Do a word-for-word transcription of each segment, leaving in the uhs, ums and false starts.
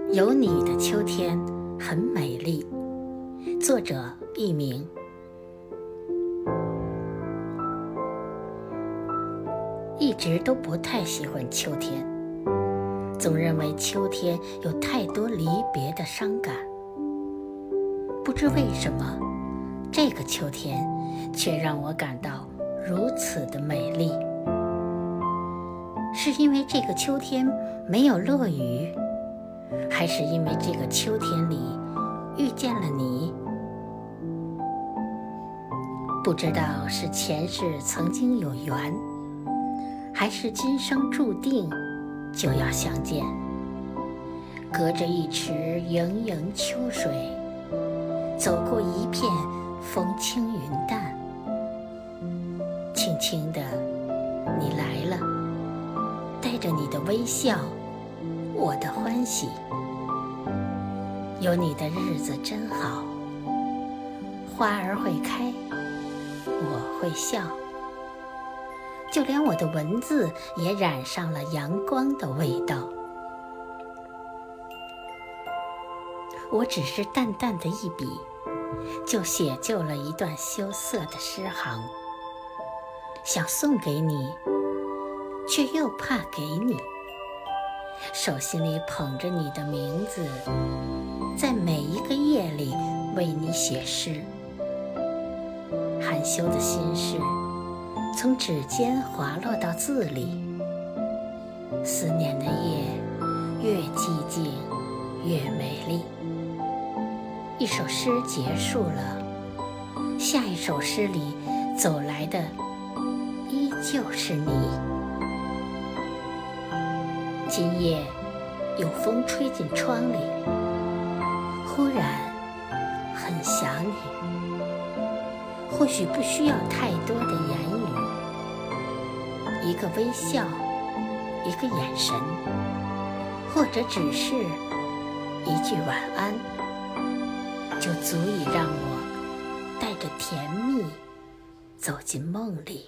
有你的秋天很美丽。作者佚名。一直都不太喜欢秋天，总认为秋天有太多离别的伤感。不知为什么，这个秋天却让我感到如此的美丽。是因为这个秋天没有落雨，还是因为这个秋天里遇见了你？不知道是前世曾经有缘，还是今生注定就要相见。隔着一池盈盈秋水，走过一片风轻云淡，轻轻的你来了，带着你的微笑，我的欢喜。有你的日子真好，花儿会开，我会笑，就连我的文字也染上了阳光的味道。我只是淡淡的一笔，就写就了一段羞涩的诗行，想送给你，却又怕给你。手心里捧着你的名字，在每一个夜里为你写诗。含羞的心事从指尖滑落到字里，思念的夜越寂静越美丽。一首诗结束了，下一首诗里走来的依旧是你。今夜有风吹进窗里，忽然很想你。或许不需要太多的言语，一个微笑，一个眼神，或者只是一句晚安，就足以让我带着甜蜜走进梦里。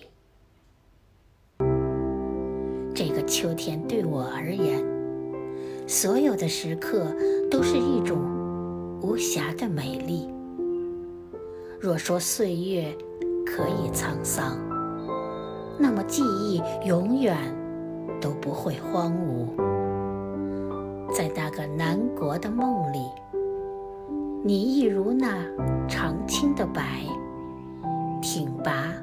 这个秋天对我而言，所有的时刻都是一种无暇的美丽。若说岁月可以沧桑，那么记忆永远都不会荒芜。在那个南国的梦里，你一如那常青的柏，挺拔